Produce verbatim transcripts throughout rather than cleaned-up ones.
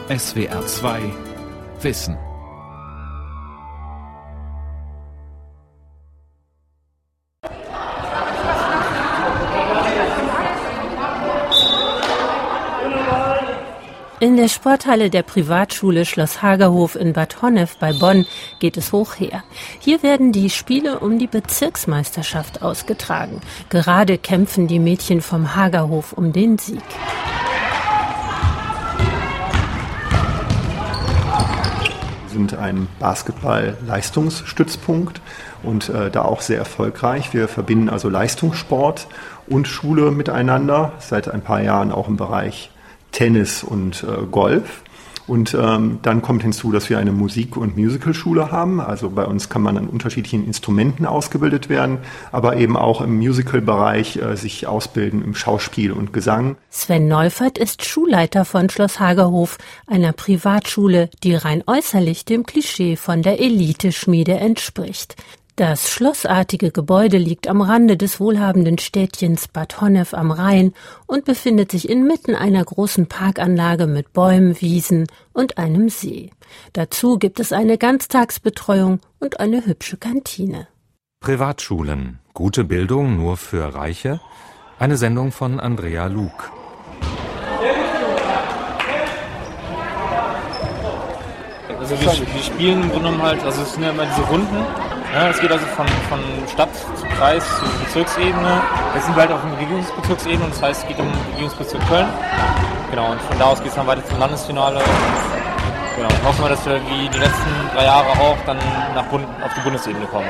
S W R zwei Wissen. In der Sporthalle der Privatschule Schloss Hagerhof in Bad Honnef bei Bonn geht es hoch her. Hier werden die Spiele um die Bezirksmeisterschaft ausgetragen. Gerade kämpfen die Mädchen vom Hagerhof um den Sieg. Wir sind ein Basketball-Leistungsstützpunkt und äh, da auch sehr erfolgreich. Wir verbinden also Leistungssport und Schule miteinander, seit ein paar Jahren auch im Bereich Tennis und äh, Golf. Und ähm, dann kommt hinzu, dass wir eine Musik- und Musicalschule haben. Also bei uns kann man an unterschiedlichen Instrumenten ausgebildet werden, aber eben auch im Musical-Bereich äh, sich ausbilden im Schauspiel und Gesang. Sven Neufert ist Schulleiter von Schloss Hagerhof, einer Privatschule, die rein äußerlich dem Klischee von der Eliteschmiede entspricht. Das schlossartige Gebäude liegt am Rande des wohlhabenden Städtchens Bad Honnef am Rhein und befindet sich inmitten einer großen Parkanlage mit Bäumen, Wiesen und einem See. Dazu gibt es eine Ganztagsbetreuung und eine hübsche Kantine. Privatschulen. Gute Bildung nur für Reiche? Eine Sendung von Andrea Luke. Also wir, wir spielen im Grunde genommen halt, also es sind ja immer diese Runden. Ja, es geht also von, von Stadt zu Kreis zu Bezirksebene. Jetzt sind wir halt auf der Regierungsbezirksebene und das heißt, es geht um den Regierungsbezirk Köln. Genau, und von da aus geht es dann weiter zum Landesfinale. Genau, und hoffen wir, dass wir wie die letzten drei Jahre auch dann nach Bund, auf die Bundesebene kommen.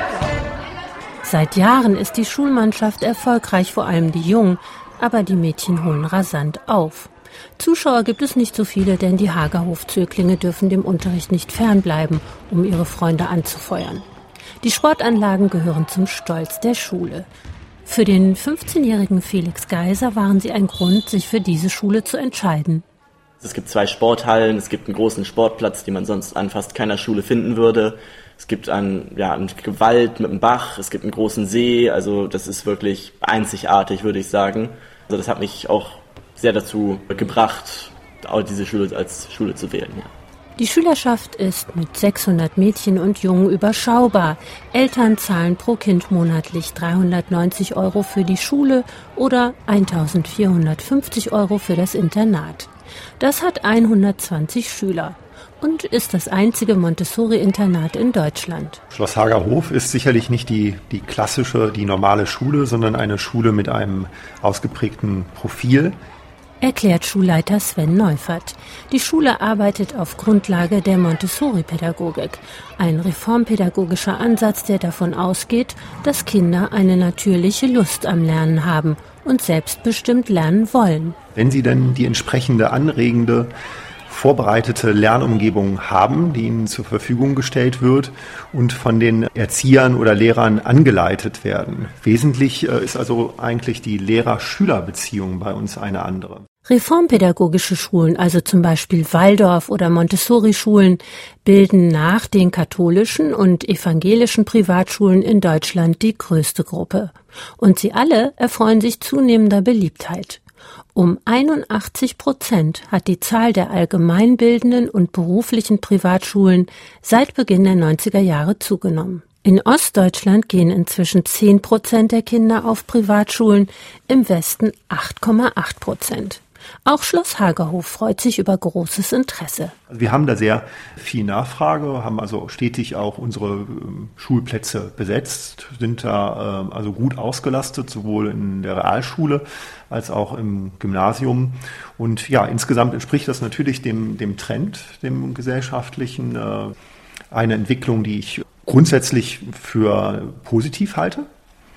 Seit Jahren ist die Schulmannschaft erfolgreich, vor allem die Jungen, aber die Mädchen holen rasant auf. Zuschauer gibt es nicht so viele, denn die Hagerhof-Zöglinge dürfen dem Unterricht nicht fernbleiben, um ihre Freunde anzufeuern. Die Sportanlagen gehören zum Stolz der Schule. Für den fünfzehnjährigen Felix Geiser waren sie ein Grund, sich für diese Schule zu entscheiden. Es gibt zwei Sporthallen, es gibt einen großen Sportplatz, den man sonst an fast keiner Schule finden würde. Es gibt einen, ja, einen Wald mit einem Bach, es gibt einen großen See, also das ist wirklich einzigartig, würde ich sagen. Also das hat mich auch sehr dazu gebracht, auch diese Schule als Schule zu wählen. Ja. Die Schülerschaft ist mit sechshundert Mädchen und Jungen überschaubar. Eltern zahlen pro Kind monatlich dreihundertneunzig Euro für die Schule oder eintausendvierhundertfünfzig Euro für das Internat. Das hat hundertzwanzig Schüler und ist das einzige Montessori-Internat in Deutschland. Schloss Hagerhof ist sicherlich nicht die, die klassische, die normale Schule, sondern eine Schule mit einem ausgeprägten Profil. Erklärt Schulleiter Sven Neufert. Die Schule arbeitet auf Grundlage der Montessori-Pädagogik, ein reformpädagogischer Ansatz, der davon ausgeht, dass Kinder eine natürliche Lust am Lernen haben und selbstbestimmt lernen wollen. Wenn sie denn die entsprechende anregende, vorbereitete Lernumgebung haben, die ihnen zur Verfügung gestellt wird und von den Erziehern oder Lehrern angeleitet werden. Wesentlich ist also eigentlich die Lehrer-Schüler-Beziehung bei uns eine andere. Reformpädagogische Schulen, also zum Beispiel Waldorf- oder Montessori-Schulen, bilden nach den katholischen und evangelischen Privatschulen in Deutschland die größte Gruppe. Und sie alle erfreuen sich zunehmender Beliebtheit. Um einundachtzig Prozent hat die Zahl der allgemeinbildenden und beruflichen Privatschulen seit Beginn der neunziger Jahre zugenommen. In Ostdeutschland gehen inzwischen zehn Prozent der Kinder auf Privatschulen, im Westen acht Komma acht Prozent. Auch Schloss Hagerhof freut sich über großes Interesse. Wir haben da sehr viel Nachfrage, haben also stetig auch unsere Schulplätze besetzt, sind da also gut ausgelastet, sowohl in der Realschule als auch im Gymnasium. Und ja, insgesamt entspricht das natürlich dem, dem Trend, dem gesellschaftlichen, eine Entwicklung, die ich grundsätzlich für positiv halte.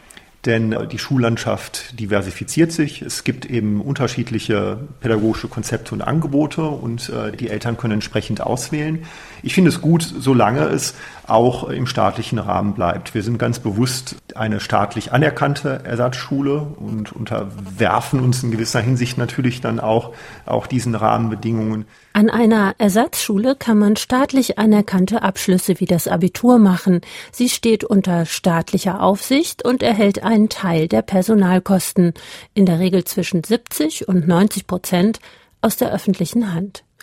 Denn die Schullandschaft diversifiziert sich. Es gibt eben unterschiedliche pädagogische Konzepte und Angebote und äh, die Eltern können entsprechend auswählen. Ich finde es gut, solange es auch im staatlichen Rahmen bleibt. Wir sind ganz bewusst eine staatlich anerkannte Ersatzschule und unterwerfen uns in gewisser Hinsicht natürlich dann auch, auch diesen Rahmenbedingungen. An einer Ersatzschule kann man staatlich anerkannte Abschlüsse wie das Abitur machen. Sie steht unter staatlicher Aufsicht und erhält einen Teil der Personalkosten, in der Regel zwischen siebzig und neunzig Prozent, aus der öffentlichen Hand.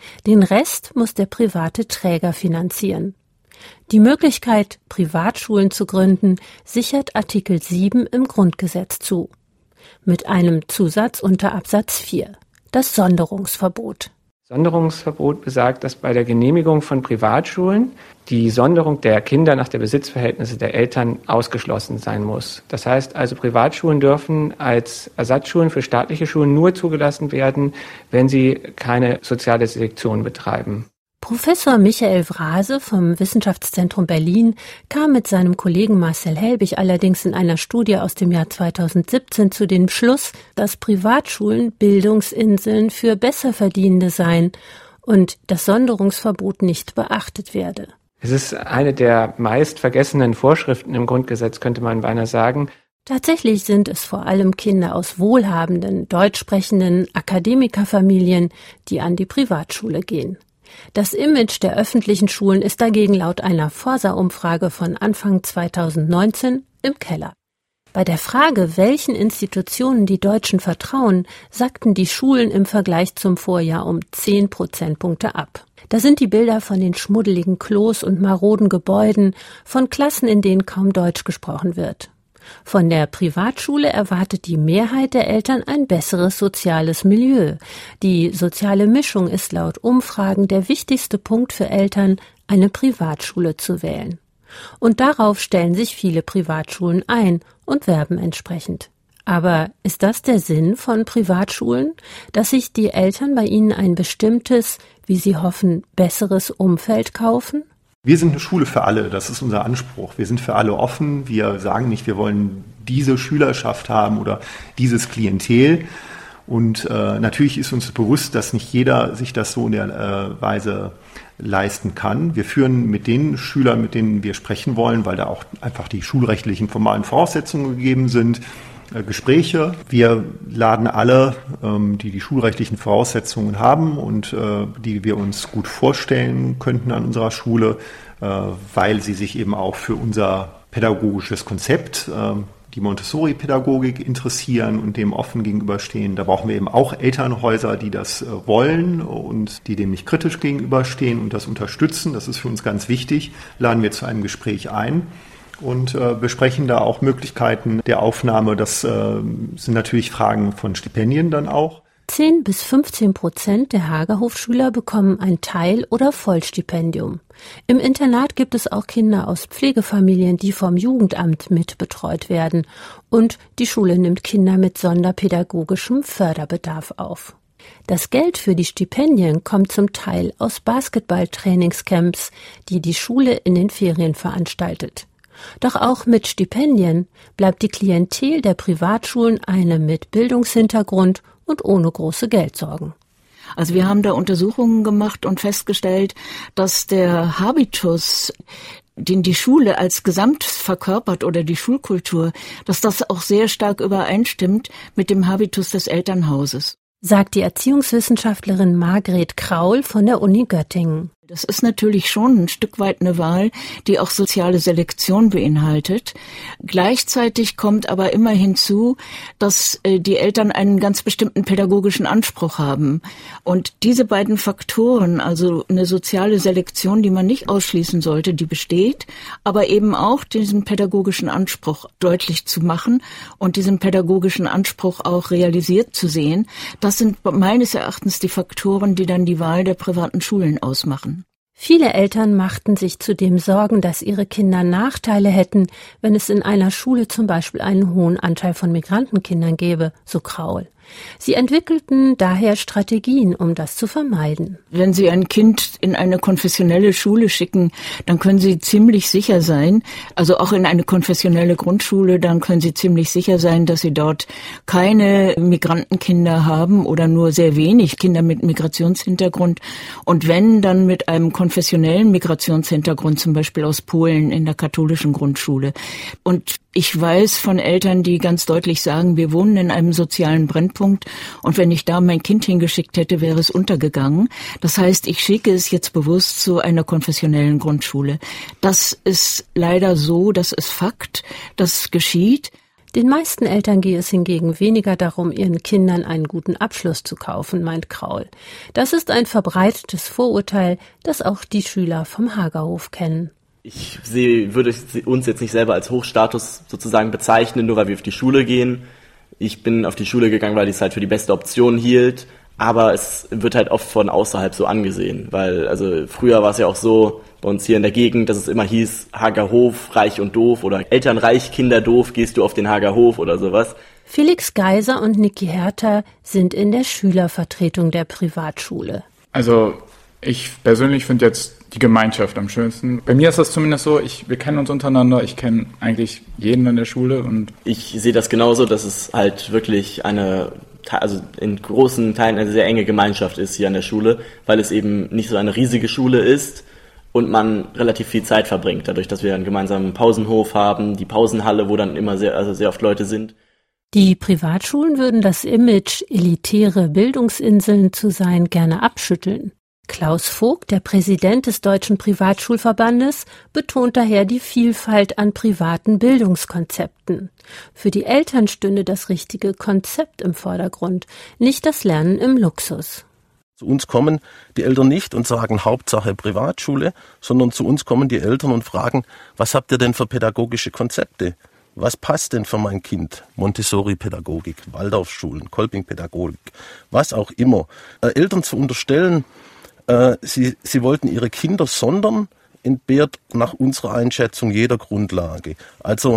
Den Rest muss der private Träger finanzieren. Die Möglichkeit, Privatschulen zu gründen, sichert Artikel sieben im Grundgesetz zu. Mit einem Zusatz unter Absatz vier, das Sonderungsverbot. Sonderungsverbot besagt, dass bei der Genehmigung von Privatschulen die Sonderung der Kinder nach der Besitzverhältnisse der Eltern ausgeschlossen sein muss. Das heißt also, Privatschulen dürfen als Ersatzschulen für staatliche Schulen nur zugelassen werden, wenn sie keine soziale Selektion betreiben. Professor Michael Wrase vom Wissenschaftszentrum Berlin kam mit seinem Kollegen Marcel Helbig allerdings in einer Studie aus dem Jahr zweitausendsiebzehn zu dem Schluss, dass Privatschulen Bildungsinseln für Besserverdienende seien und das Sonderungsverbot nicht beachtet werde. Es ist eine der meist vergessenen Vorschriften im Grundgesetz, könnte man beinahe sagen. Tatsächlich sind es vor allem Kinder aus wohlhabenden, deutsch sprechenden Akademikerfamilien, die an die Privatschule gehen. Das Image der öffentlichen Schulen ist dagegen laut einer Forsa-Umfrage von Anfang zweitausendneunzehn im Keller. Bei der Frage, welchen Institutionen die Deutschen vertrauen, sackten die Schulen im Vergleich zum Vorjahr um zehn Prozentpunkte ab. Da sind die Bilder von den schmuddeligen Klos und maroden Gebäuden, von Klassen, in denen kaum Deutsch gesprochen wird. Von der Privatschule erwartet die Mehrheit der Eltern ein besseres soziales Milieu. Die soziale Mischung ist laut Umfragen der wichtigste Punkt für Eltern, eine Privatschule zu wählen. Und darauf stellen sich viele Privatschulen ein und werben entsprechend. Aber ist das der Sinn von Privatschulen, dass sich die Eltern bei ihnen ein bestimmtes, wie sie hoffen, besseres Umfeld kaufen? Wir sind eine Schule für alle, das ist unser Anspruch. Wir sind für alle offen. Wir sagen nicht, wir wollen diese Schülerschaft haben oder dieses Klientel. Und äh, natürlich ist uns bewusst, dass nicht jeder sich das so in der äh, Weise leisten kann. Wir führen mit den Schülern, mit denen wir sprechen wollen, weil da auch einfach die schulrechtlichen formalen Voraussetzungen gegeben sind, äh, Gespräche. Wir laden alle, ähm, die die schulrechtlichen Voraussetzungen haben und äh, die wir uns gut vorstellen könnten an unserer Schule, äh, weil sie sich eben auch für unser pädagogisches Konzept, äh, die Montessori-Pädagogik interessieren und dem offen gegenüberstehen. Da brauchen wir eben auch Elternhäuser, die das äh, wollen und die dem nicht kritisch gegenüberstehen und das unterstützen. Das ist für uns ganz wichtig. Laden wir zu einem Gespräch ein und äh, besprechen da auch Möglichkeiten der Aufnahme. Das äh, sind natürlich Fragen von Stipendien dann auch. zehn bis fünfzehn Prozent der Hagerhof-Schüler bekommen ein Teil- oder Vollstipendium. Im Internat gibt es auch Kinder aus Pflegefamilien, die vom Jugendamt mitbetreut werden. Und die Schule nimmt Kinder mit sonderpädagogischem Förderbedarf auf. Das Geld für die Stipendien kommt zum Teil aus Basketball-Trainingscamps, die die Schule in den Ferien veranstaltet. Doch auch mit Stipendien bleibt die Klientel der Privatschulen eine mit Bildungshintergrund und ohne große Geldsorgen. Also wir haben da Untersuchungen gemacht und festgestellt, dass der Habitus, den die Schule als Gesamt verkörpert oder die Schulkultur, dass das auch sehr stark übereinstimmt mit dem Habitus des Elternhauses. Sagt die Erziehungswissenschaftlerin Margret Kraul von der Uni Göttingen. Das ist natürlich schon ein Stück weit eine Wahl, die auch soziale Selektion beinhaltet. Gleichzeitig kommt aber immer hinzu, dass äh, die Eltern einen ganz bestimmten pädagogischen Anspruch haben. Und diese beiden Faktoren, also eine soziale Selektion, die man nicht ausschließen sollte, die besteht, aber eben auch diesen pädagogischen Anspruch deutlich zu machen und diesen pädagogischen Anspruch auch realisiert zu sehen, das sind meines Erachtens die Faktoren, die dann die Wahl der privaten Schulen ausmachen. Viele Eltern machten sich zudem Sorgen, dass ihre Kinder Nachteile hätten, wenn es in einer Schule zum Beispiel einen hohen Anteil von Migrantenkindern gäbe, so Kraul. Sie entwickelten daher Strategien, um das zu vermeiden. Wenn Sie ein Kind in eine konfessionelle Schule schicken, dann können Sie ziemlich sicher sein, also auch in eine konfessionelle Grundschule, dann können Sie ziemlich sicher sein, dass Sie dort keine Migrantenkinder haben oder nur sehr wenig Kinder mit Migrationshintergrund. Und wenn, dann mit einem konfessionellen Migrationshintergrund, zum Beispiel aus Polen in der katholischen Grundschule. Und ich weiß von Eltern, die ganz deutlich sagen, wir wohnen in einem sozialen Brennpunkt und wenn ich da mein Kind hingeschickt hätte, wäre es untergegangen. Das heißt, ich schicke es jetzt bewusst zu einer konfessionellen Grundschule. Das ist leider so, das ist Fakt, das geschieht. Den meisten Eltern gehe es hingegen weniger darum, ihren Kindern einen guten Abschluss zu kaufen, meint Kraul. Das ist ein verbreitetes Vorurteil, das auch die Schüler vom Hagerhof kennen. Ich sehe, würde uns jetzt nicht selber als Hochstatus sozusagen bezeichnen, nur weil wir auf die Schule gehen. Ich bin auf die Schule gegangen, weil ich es halt für die beste Option hielt. Aber es wird halt oft von außerhalb so angesehen, weil also früher war es ja auch so bei uns hier in der Gegend, dass es immer hieß, Hagerhof, reich und doof oder Eltern reich, Kinder doof, gehst du auf den Hagerhof oder sowas. Felix Geiser und Niki Herter sind in der Schülervertretung der Privatschule. Also ich persönlich finde jetzt die Gemeinschaft am schönsten. Bei mir ist das zumindest so, ich, wir kennen uns untereinander, ich kenne eigentlich jeden in der Schule. Und ich sehe das genauso, dass es halt wirklich eine, also in großen Teilen eine sehr enge Gemeinschaft ist hier an der Schule, weil es eben nicht so eine riesige Schule ist und man relativ viel Zeit verbringt, dadurch, dass wir einen gemeinsamen Pausenhof haben, die Pausenhalle, wo dann immer sehr, also sehr oft Leute sind. Die Privatschulen würden das Image, elitäre Bildungsinseln zu sein, gerne abschütteln. Klaus Vogt, der Präsident des Deutschen Privatschulverbandes, betont daher die Vielfalt an privaten Bildungskonzepten. Für die Eltern stünde das richtige Konzept im Vordergrund, nicht das Lernen im Luxus. Zu uns kommen die Eltern nicht und sagen Hauptsache Privatschule, sondern zu uns kommen die Eltern und fragen, was habt ihr denn für pädagogische Konzepte? Was passt denn für mein Kind? Montessori-Pädagogik, Waldorfschulen, Kolping-Pädagogik, was auch immer. Äh, Eltern zu unterstellen, äh, sie, sie wollten ihre Kinder sondern, entbehrt nach unserer Einschätzung jeder Grundlage. Also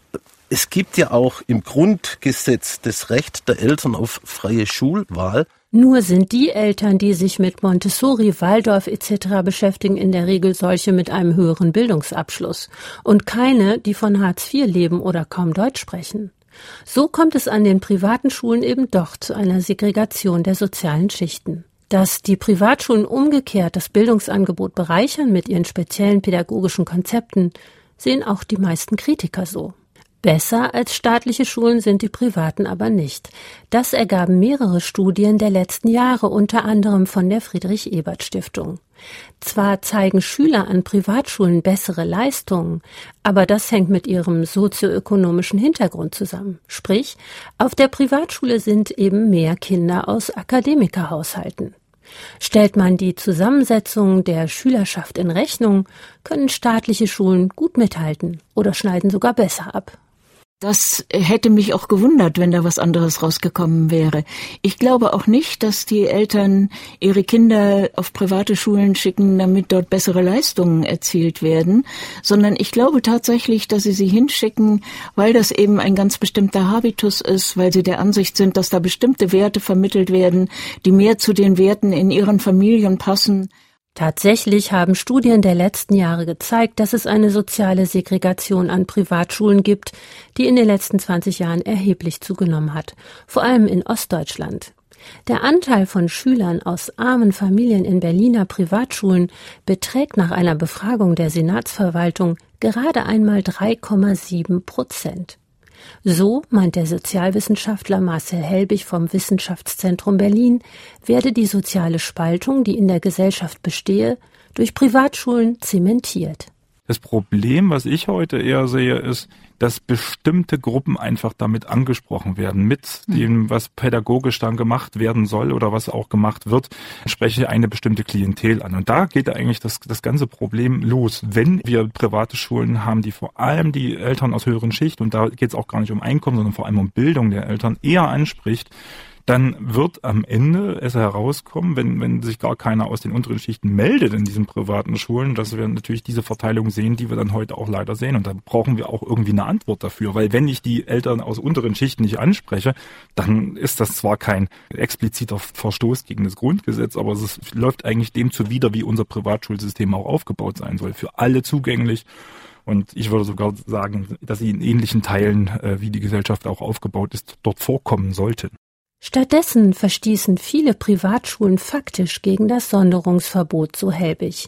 es gibt ja auch im Grundgesetz das Recht der Eltern auf freie Schulwahl. Nur sind die Eltern, die sich mit Montessori, Waldorf et cetera beschäftigen, in der Regel solche mit einem höheren Bildungsabschluss und keine, die von Hartz vier leben oder kaum Deutsch sprechen. So kommt es an den privaten Schulen eben doch zu einer Segregation der sozialen Schichten. Dass die Privatschulen umgekehrt das Bildungsangebot bereichern mit ihren speziellen pädagogischen Konzepten, sehen auch die meisten Kritiker so. Besser als staatliche Schulen sind die privaten aber nicht. Das ergaben mehrere Studien der letzten Jahre, unter anderem von der Friedrich-Ebert-Stiftung. Zwar zeigen Schüler an Privatschulen bessere Leistungen, aber das hängt mit ihrem sozioökonomischen Hintergrund zusammen. Sprich, auf der Privatschule sind eben mehr Kinder aus Akademikerhaushalten. Stellt man die Zusammensetzung der Schülerschaft in Rechnung, können staatliche Schulen gut mithalten oder schneiden sogar besser ab. Das hätte mich auch gewundert, wenn da was anderes rausgekommen wäre. Ich glaube auch nicht, dass die Eltern ihre Kinder auf private Schulen schicken, damit dort bessere Leistungen erzielt werden, sondern ich glaube tatsächlich, dass sie sie hinschicken, weil das eben ein ganz bestimmter Habitus ist, weil sie der Ansicht sind, dass da bestimmte Werte vermittelt werden, die mehr zu den Werten in ihren Familien passen. Tatsächlich haben Studien der letzten Jahre gezeigt, dass es eine soziale Segregation an Privatschulen gibt, die in den letzten zwanzig Jahren erheblich zugenommen hat, vor allem in Ostdeutschland. Der Anteil von Schülern aus armen Familien in Berliner Privatschulen beträgt nach einer Befragung der Senatsverwaltung gerade einmal drei Komma sieben Prozent. So, meint der Sozialwissenschaftler Marcel Helbig vom Wissenschaftszentrum Berlin, werde die soziale Spaltung, die in der Gesellschaft bestehe, durch Privatschulen zementiert. Das Problem, was ich heute eher sehe, ist, dass bestimmte Gruppen einfach damit angesprochen werden, mit dem, was pädagogisch dann gemacht werden soll oder was auch gemacht wird, spreche eine bestimmte Klientel an. Und da geht eigentlich das, das ganze Problem los. Wenn wir private Schulen haben, die vor allem die Eltern aus höheren Schichten, und da geht es auch gar nicht um Einkommen, sondern vor allem um Bildung der Eltern, eher anspricht, dann wird am Ende es herauskommen, wenn, wenn sich gar keiner aus den unteren Schichten meldet in diesen privaten Schulen, dass wir natürlich diese Verteilung sehen, die wir dann heute auch leider sehen. Und da brauchen wir auch irgendwie eine Antwort dafür, weil wenn ich die Eltern aus unteren Schichten nicht anspreche, dann ist das zwar kein expliziter Verstoß gegen das Grundgesetz, aber es ist, läuft eigentlich dem zuwider, wie unser Privatschulsystem auch aufgebaut sein soll, für alle zugänglich. Und ich würde sogar sagen, dass sie in ähnlichen Teilen, äh, wie die Gesellschaft auch aufgebaut ist, dort vorkommen sollten. Stattdessen verstießen viele Privatschulen faktisch gegen das Sonderungsverbot, so Helbig.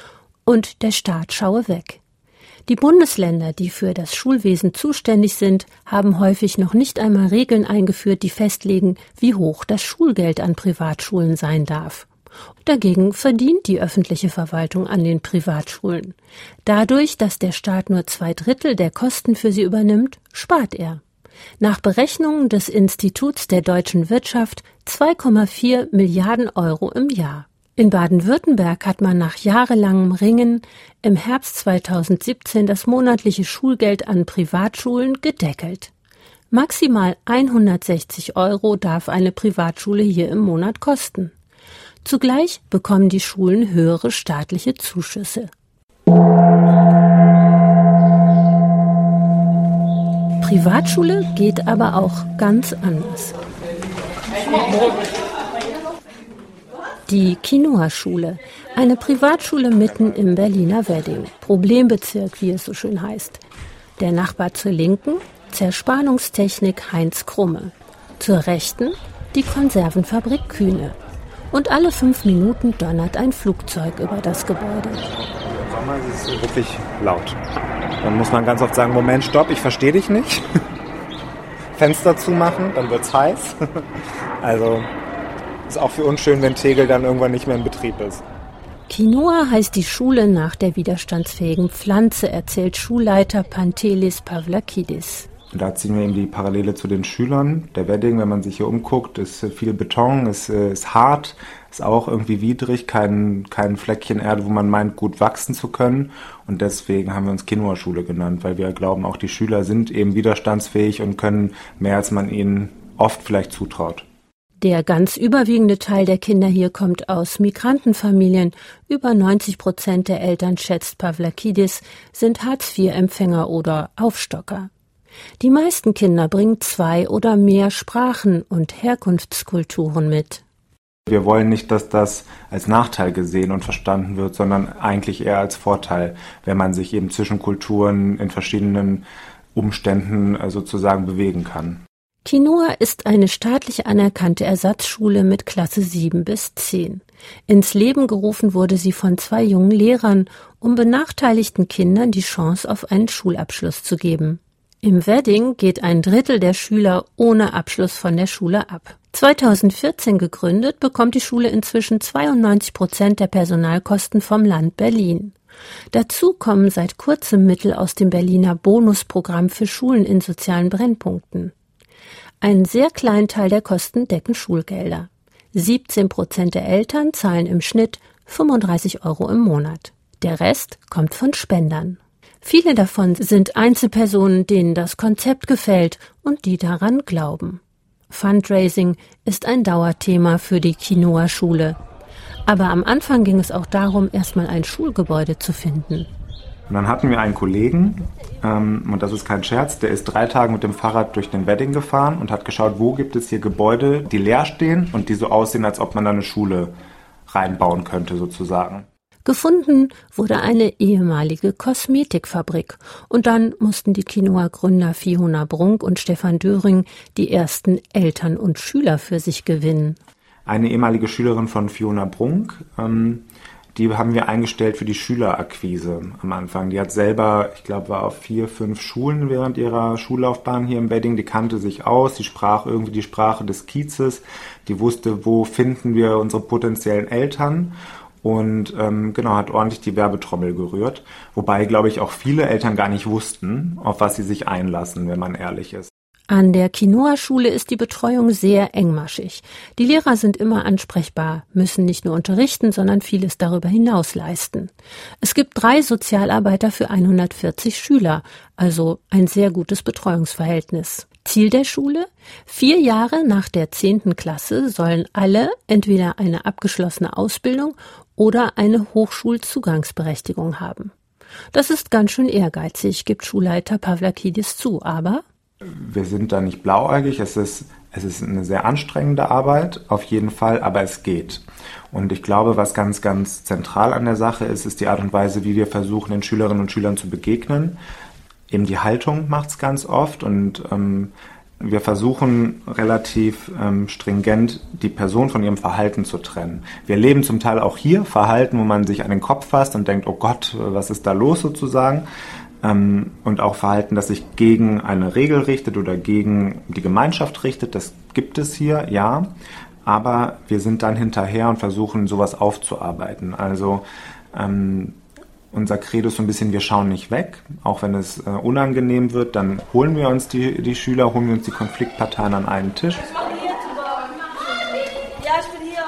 Und der Staat schaue weg. Die Bundesländer, die für das Schulwesen zuständig sind, haben häufig noch nicht einmal Regeln eingeführt, die festlegen, wie hoch das Schulgeld an Privatschulen sein darf. Dagegen verdient die öffentliche Verwaltung an den Privatschulen. Dadurch, dass der Staat nur zwei Drittel der Kosten für sie übernimmt, spart er. Nach Berechnungen des Instituts der deutschen Wirtschaft zwei Komma vier Milliarden Euro im Jahr. In Baden-Württemberg hat man nach jahrelangem Ringen im Herbst zweitausendsiebzehn das monatliche Schulgeld an Privatschulen gedeckelt. Maximal hundertsechzig Euro darf eine Privatschule hier im Monat kosten. Zugleich bekommen die Schulen höhere staatliche Zuschüsse. Privatschule geht aber auch ganz anders. Die Quinoa-Schule, eine Privatschule mitten im Berliner Wedding, Problembezirk, wie es so schön heißt. Der Nachbar zur Linken, Zerspannungstechnik Heinz Krumme. Zur Rechten, die Konservenfabrik Kühne. Und alle fünf Minuten donnert ein Flugzeug über das Gebäude. Im Sommer ist es wirklich laut. Dann muss man ganz oft sagen, Moment, stopp, ich verstehe dich nicht. Fenster zumachen, dann wird's heiß. Also ist auch für uns schön, wenn Tegel dann irgendwann nicht mehr in Betrieb ist. Quinoa heißt die Schule nach der widerstandsfähigen Pflanze, erzählt Schulleiter Pantelis Pavlakidis. Und da ziehen wir eben die Parallele zu den Schülern. Der Wedding, wenn man sich hier umguckt, ist viel Beton, ist, ist hart, ist auch irgendwie widrig, kein, kein Fleckchen Erde, wo man meint, gut wachsen zu können. Und deswegen haben wir uns Quinoa-Schule genannt, weil wir glauben, auch die Schüler sind eben widerstandsfähig und können mehr, als man ihnen oft vielleicht zutraut. Der ganz überwiegende Teil der Kinder hier kommt aus Migrantenfamilien. Über neunzig Prozent der Eltern, schätzt Pavlakidis, sind Hartz vier Empfänger oder Aufstocker. Die meisten Kinder bringen zwei oder mehr Sprachen und Herkunftskulturen mit. Wir wollen nicht, dass das als Nachteil gesehen und verstanden wird, sondern eigentlich eher als Vorteil, wenn man sich eben zwischen Kulturen in verschiedenen Umständen sozusagen bewegen kann. Quinoa ist eine staatlich anerkannte Ersatzschule mit Klasse sieben bis zehn. Ins Leben gerufen wurde sie von zwei jungen Lehrern, um benachteiligten Kindern die Chance auf einen Schulabschluss zu geben. Im Wedding geht ein Drittel der Schüler ohne Abschluss von der Schule ab. zweitausendvierzehn gegründet, bekommt die Schule inzwischen zweiundneunzig Prozent der Personalkosten vom Land Berlin. Dazu kommen seit kurzem Mittel aus dem Berliner Bonusprogramm für Schulen in sozialen Brennpunkten. Einen sehr kleinen Teil der Kosten decken Schulgelder. siebzehn Prozent der Eltern zahlen im Schnitt fünfunddreißig Euro im Monat. Der Rest kommt von Spendern. Viele davon sind Einzelpersonen, denen das Konzept gefällt und die daran glauben. Fundraising ist ein Dauerthema für die Quinoa-Schule. Aber am Anfang ging es auch darum, erstmal ein Schulgebäude zu finden. Und dann hatten wir einen Kollegen, ähm, und das ist kein Scherz, der ist drei Tage mit dem Fahrrad durch den Wedding gefahren und hat geschaut, wo gibt es hier Gebäude, die leer stehen und die so aussehen, als ob man da eine Schule reinbauen könnte sozusagen. Gefunden wurde eine ehemalige Kosmetikfabrik und dann mussten die Quinoa-Gründer Fiona Brunk und Stefan Döring die ersten Eltern und Schüler für sich gewinnen. Eine ehemalige Schülerin von Fiona Brunk, ähm, die haben wir eingestellt für die Schülerakquise am Anfang. Die hat selber, ich glaube, war auf vier, fünf Schulen während ihrer Schullaufbahn hier im Wedding. Die kannte sich aus, die sprach irgendwie die Sprache des Kiezes. Die wusste, wo finden wir unsere potenziellen Eltern. Und ähm, genau, hat ordentlich die Werbetrommel gerührt. Wobei, glaube ich, auch viele Eltern gar nicht wussten, auf was sie sich einlassen, wenn man ehrlich ist. An der Quinoa-Schule ist die Betreuung sehr engmaschig. Die Lehrer sind immer ansprechbar, müssen nicht nur unterrichten, sondern vieles darüber hinaus leisten. Es gibt drei Sozialarbeiter für hundertvierzig Schüler, also ein sehr gutes Betreuungsverhältnis. Ziel der Schule? Vier Jahre nach der zehnten Klasse sollen alle entweder eine abgeschlossene Ausbildung oder eine Hochschulzugangsberechtigung haben. Das ist ganz schön ehrgeizig, gibt Schulleiter Pavlakidis zu, aber wir sind da nicht blauäugig, es ist, es ist eine sehr anstrengende Arbeit, auf jeden Fall, aber es geht. Und ich glaube, was ganz, ganz zentral an der Sache ist, ist die Art und Weise, wie wir versuchen, den Schülerinnen und Schülern zu begegnen. Eben die Haltung macht es ganz oft und ähm, wir versuchen relativ ähm, stringent die Person von ihrem Verhalten zu trennen. Wir erleben zum Teil auch hier Verhalten, wo man sich an den Kopf fasst und denkt, oh Gott, was ist da los sozusagen? Ähm, und auch Verhalten, das sich gegen eine Regel richtet oder gegen die Gemeinschaft richtet, das gibt es hier, ja. Aber wir sind dann hinterher und versuchen, sowas aufzuarbeiten. Also ähm, Unser Credo ist so ein bisschen, wir schauen nicht weg. Auch wenn es äh, unangenehm wird, dann holen wir uns die, die Schüler, holen wir uns die Konfliktparteien an einen Tisch. Ja, ich bin hier.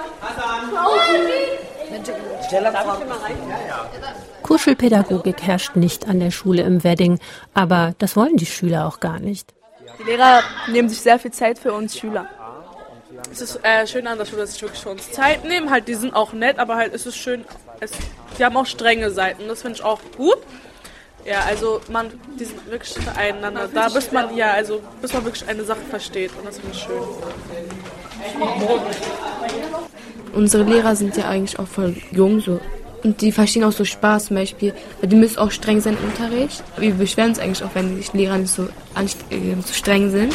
Kuschelpädagogik herrscht nicht an der Schule im Wedding, aber das wollen die Schüler auch gar nicht. Die Lehrer nehmen sich sehr viel Zeit für uns Schüler. Es ist äh, schön an der Schule, dass sie wirklich für uns Zeit nehmen. Halt, die sind auch nett, aber halt ist es schön, es, die haben auch strenge Seiten. Das finde ich auch gut. Ja, also man, die sind wirklich füreinander da, bis man, ja, also bis man wirklich eine Sache versteht. Und das finde ich schön. Unsere Lehrer sind ja eigentlich auch voll jung so. Und die verstehen auch so Spaß zum Beispiel. Weil die müssen auch streng sein im Unterricht. Wir beschweren uns eigentlich auch, wenn die Lehrer nicht so, äh, so streng sind.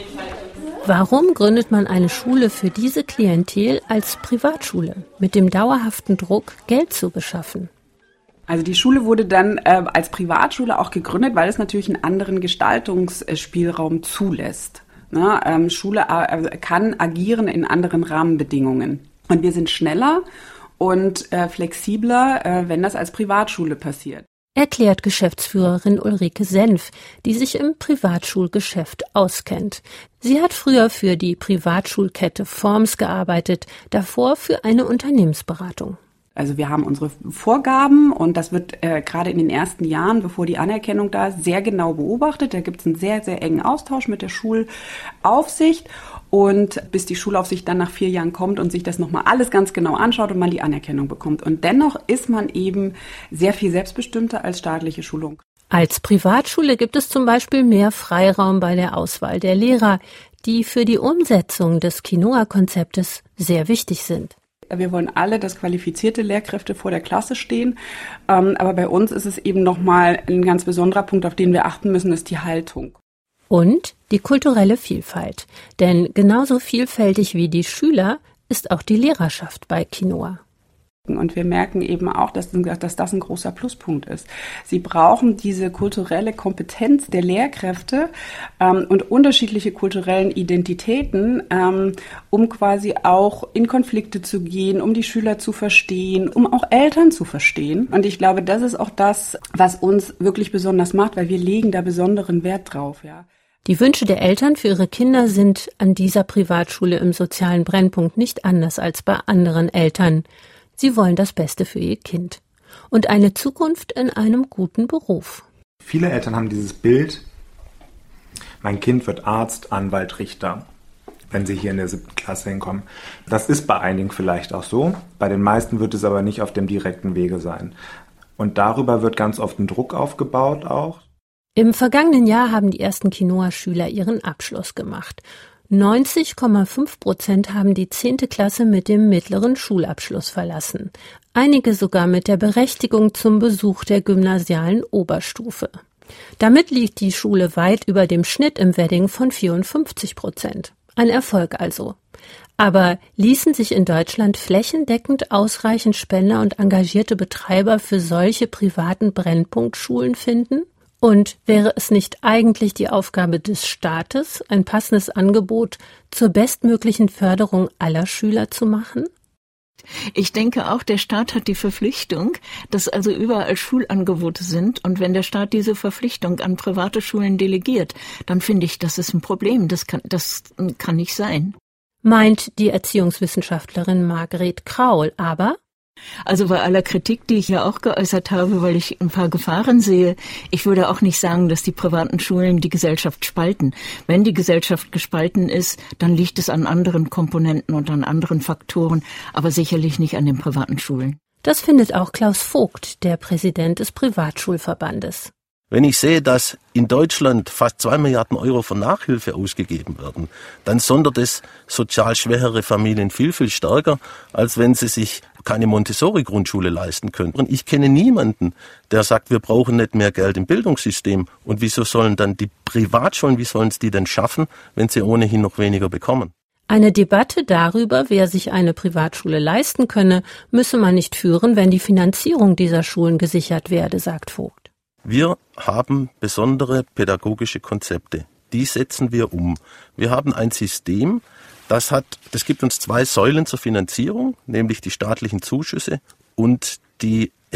Warum gründet man eine Schule für diese Klientel als Privatschule mit dem dauerhaften Druck, Geld zu beschaffen? Also die Schule wurde dann äh, als Privatschule auch gegründet, weil es natürlich einen anderen Gestaltungsspielraum zulässt. Ne? Ähm, Schule äh, kann agieren in anderen Rahmenbedingungen. Und wir sind schneller und äh, flexibler, äh, wenn das als Privatschule passiert. Erklärt Geschäftsführerin Ulrike Senf, die sich im Privatschulgeschäft auskennt. Sie hat früher für die Privatschulkette Forms gearbeitet, davor für eine Unternehmensberatung. Also wir haben unsere Vorgaben und das wird äh, gerade in den ersten Jahren, bevor die Anerkennung da ist, sehr genau beobachtet. Da gibt es einen sehr, sehr engen Austausch mit der Schulaufsicht. Und bis die Schulaufsicht dann nach vier Jahren kommt und sich das nochmal alles ganz genau anschaut und man die Anerkennung bekommt. Und dennoch ist man eben sehr viel selbstbestimmter als staatliche Schulung. Als Privatschule gibt es zum Beispiel mehr Freiraum bei der Auswahl der Lehrer, die für die Umsetzung des Quinoa-Konzeptes sehr wichtig sind. Wir wollen alle, dass qualifizierte Lehrkräfte vor der Klasse stehen. Aber bei uns ist es eben nochmal ein ganz besonderer Punkt, auf den wir achten müssen, ist die Haltung. Und die kulturelle Vielfalt. Denn genauso vielfältig wie die Schüler ist auch die Lehrerschaft bei Quinoa. Und wir merken eben auch, dass, dass das ein großer Pluspunkt ist. Sie brauchen diese kulturelle Kompetenz der Lehrkräfte ähm, und unterschiedliche kulturellen Identitäten, ähm, um quasi auch in Konflikte zu gehen, um die Schüler zu verstehen, um auch Eltern zu verstehen. Und ich glaube, das ist auch das, was uns wirklich besonders macht, weil wir legen da besonderen Wert drauf, ja. Die Wünsche der Eltern für ihre Kinder sind an dieser Privatschule im sozialen Brennpunkt nicht anders als bei anderen Eltern. Sie wollen das Beste für ihr Kind und eine Zukunft in einem guten Beruf. Viele Eltern haben dieses Bild, mein Kind wird Arzt, Anwalt, Richter, wenn sie hier in der siebten Klasse hinkommen. Das ist bei einigen vielleicht auch so, bei den meisten wird es aber nicht auf dem direkten Wege sein. Und darüber wird ganz oft ein Druck aufgebaut auch. Im vergangenen Jahr haben die ersten Quinoa-Schüler ihren Abschluss gemacht. neunzig Komma fünf Prozent haben die zehnte Klasse mit dem mittleren Schulabschluss verlassen. Einige sogar mit der Berechtigung zum Besuch der gymnasialen Oberstufe. Damit liegt die Schule weit über dem Schnitt im Wedding von vierundfünfzig Prozent. Ein Erfolg also. Aber ließen sich in Deutschland flächendeckend ausreichend Spender und engagierte Betreiber für solche privaten Brennpunktschulen finden? Und wäre es nicht eigentlich die Aufgabe des Staates, ein passendes Angebot zur bestmöglichen Förderung aller Schüler zu machen? Ich denke auch, der Staat hat die Verpflichtung, dass also überall Schulangebote sind. Und wenn der Staat diese Verpflichtung an private Schulen delegiert, dann finde ich, das ist ein Problem. Das kann, das kann nicht sein. Meint die Erziehungswissenschaftlerin Margret Kraul, aber... Also bei aller Kritik, die ich ja auch geäußert habe, weil ich ein paar Gefahren sehe, ich würde auch nicht sagen, dass die privaten Schulen die Gesellschaft spalten. Wenn die Gesellschaft gespalten ist, dann liegt es an anderen Komponenten und an anderen Faktoren, aber sicherlich nicht an den privaten Schulen. Das findet auch Klaus Vogt, der Präsident des Privatschulverbandes. Wenn ich sehe, dass in Deutschland fast zwei Milliarden Euro für Nachhilfe ausgegeben werden, dann sondert es sozial schwächere Familien viel, viel stärker, als wenn sie sich keine Montessori-Grundschule leisten können. Und ich kenne niemanden, der sagt, wir brauchen nicht mehr Geld im Bildungssystem. Und wieso sollen dann die Privatschulen, wie sollen es die denn schaffen, wenn sie ohnehin noch weniger bekommen? Eine Debatte darüber, wer sich eine Privatschule leisten könne, müsse man nicht führen, wenn die Finanzierung dieser Schulen gesichert werde, sagt Vogt. Wir haben besondere pädagogische Konzepte. Die setzen wir um. Wir haben ein System, das hat, das gibt uns zwei Säulen zur Finanzierung, nämlich die staatlichen Zuschüsse und die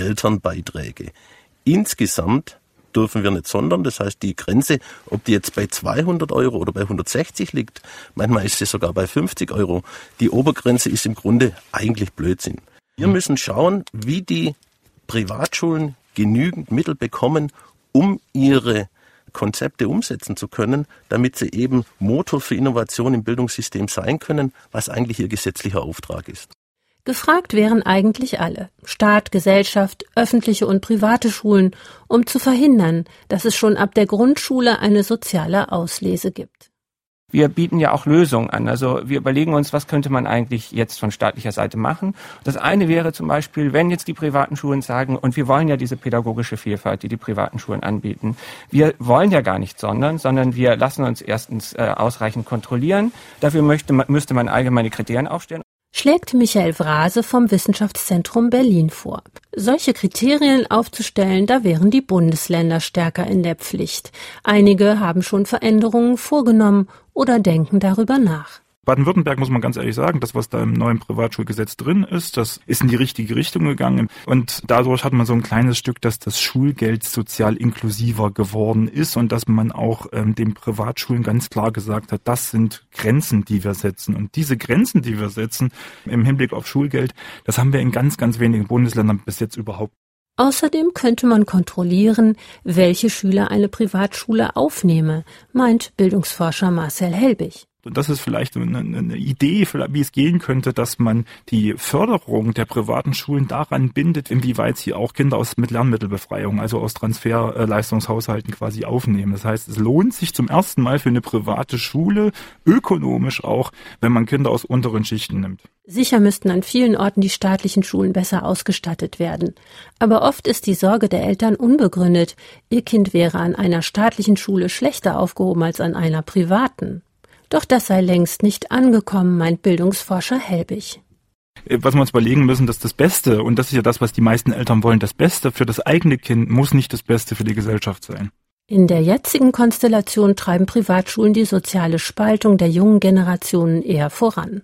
Elternbeiträge. Insgesamt dürfen wir nicht sondern, das heißt die Grenze, ob die jetzt bei zweihundert Euro oder bei hundertsechzig liegt, manchmal ist sie sogar bei fünfzig Euro, die Obergrenze ist im Grunde eigentlich Blödsinn. Wir müssen schauen, wie die Privatschulen genügend Mittel bekommen, um ihre Konzepte umsetzen zu können, damit sie eben Motor für Innovation im Bildungssystem sein können, was eigentlich ihr gesetzlicher Auftrag ist. Gefragt wären eigentlich alle, Staat, Gesellschaft, öffentliche und private Schulen, um zu verhindern, dass es schon ab der Grundschule eine soziale Auslese gibt. Wir bieten ja auch Lösungen an. Also wir überlegen uns, was könnte man eigentlich jetzt von staatlicher Seite machen. Das eine wäre zum Beispiel, wenn jetzt die privaten Schulen sagen, und wir wollen ja diese pädagogische Vielfalt, die die privaten Schulen anbieten. Wir wollen ja gar nicht sondern, sondern wir lassen uns erstens äh, ausreichend kontrollieren. Dafür möchte man, müsste man allgemeine Kriterien aufstellen. Schlägt Michael Vrase vom Wissenschaftszentrum Berlin vor. Solche Kriterien aufzustellen, da wären die Bundesländer stärker in der Pflicht. Einige haben schon Veränderungen vorgenommen oder denken darüber nach. Baden-Württemberg, muss man ganz ehrlich sagen, das, was da im neuen Privatschulgesetz drin ist, das ist in die richtige Richtung gegangen. Und dadurch hat man so ein kleines Stück, dass das Schulgeld sozial inklusiver geworden ist und dass man auch ähm, den Privatschulen ganz klar gesagt hat, das sind Grenzen, die wir setzen. Und diese Grenzen, die wir setzen im Hinblick auf Schulgeld, das haben wir in ganz, ganz wenigen Bundesländern bis jetzt überhaupt. Außerdem könnte man kontrollieren, welche Schüler eine Privatschule aufnehme, meint Bildungsforscher Marcel Helbig. Und das ist vielleicht eine, eine Idee, wie es gehen könnte, dass man die Förderung der privaten Schulen daran bindet, inwieweit sie auch Kinder aus mit Lernmittelbefreiung, also aus Transferleistungshaushalten quasi aufnehmen. Das heißt, es lohnt sich zum ersten Mal für eine private Schule, ökonomisch auch, wenn man Kinder aus unteren Schichten nimmt. Sicher müssten an vielen Orten die staatlichen Schulen besser ausgestattet werden. Aber oft ist die Sorge der Eltern unbegründet. Ihr Kind wäre an einer staatlichen Schule schlechter aufgehoben als an einer privaten. Doch das sei längst nicht angekommen, meint Bildungsforscher Helbig. Was wir uns überlegen müssen, dass das Beste, und das ist ja das, was die meisten Eltern wollen, das Beste für das eigene Kind muss nicht das Beste für die Gesellschaft sein. In der jetzigen Konstellation treiben Privatschulen die soziale Spaltung der jungen Generationen eher voran.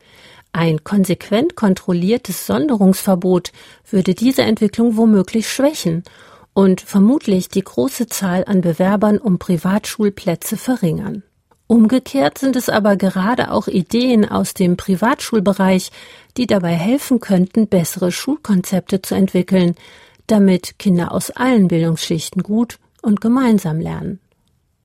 Ein konsequent kontrolliertes Sonderungsverbot würde diese Entwicklung womöglich schwächen und vermutlich die große Zahl an Bewerbern um Privatschulplätze verringern. Umgekehrt sind es aber gerade auch Ideen aus dem Privatschulbereich, die dabei helfen könnten, bessere Schulkonzepte zu entwickeln, damit Kinder aus allen Bildungsschichten gut und gemeinsam lernen.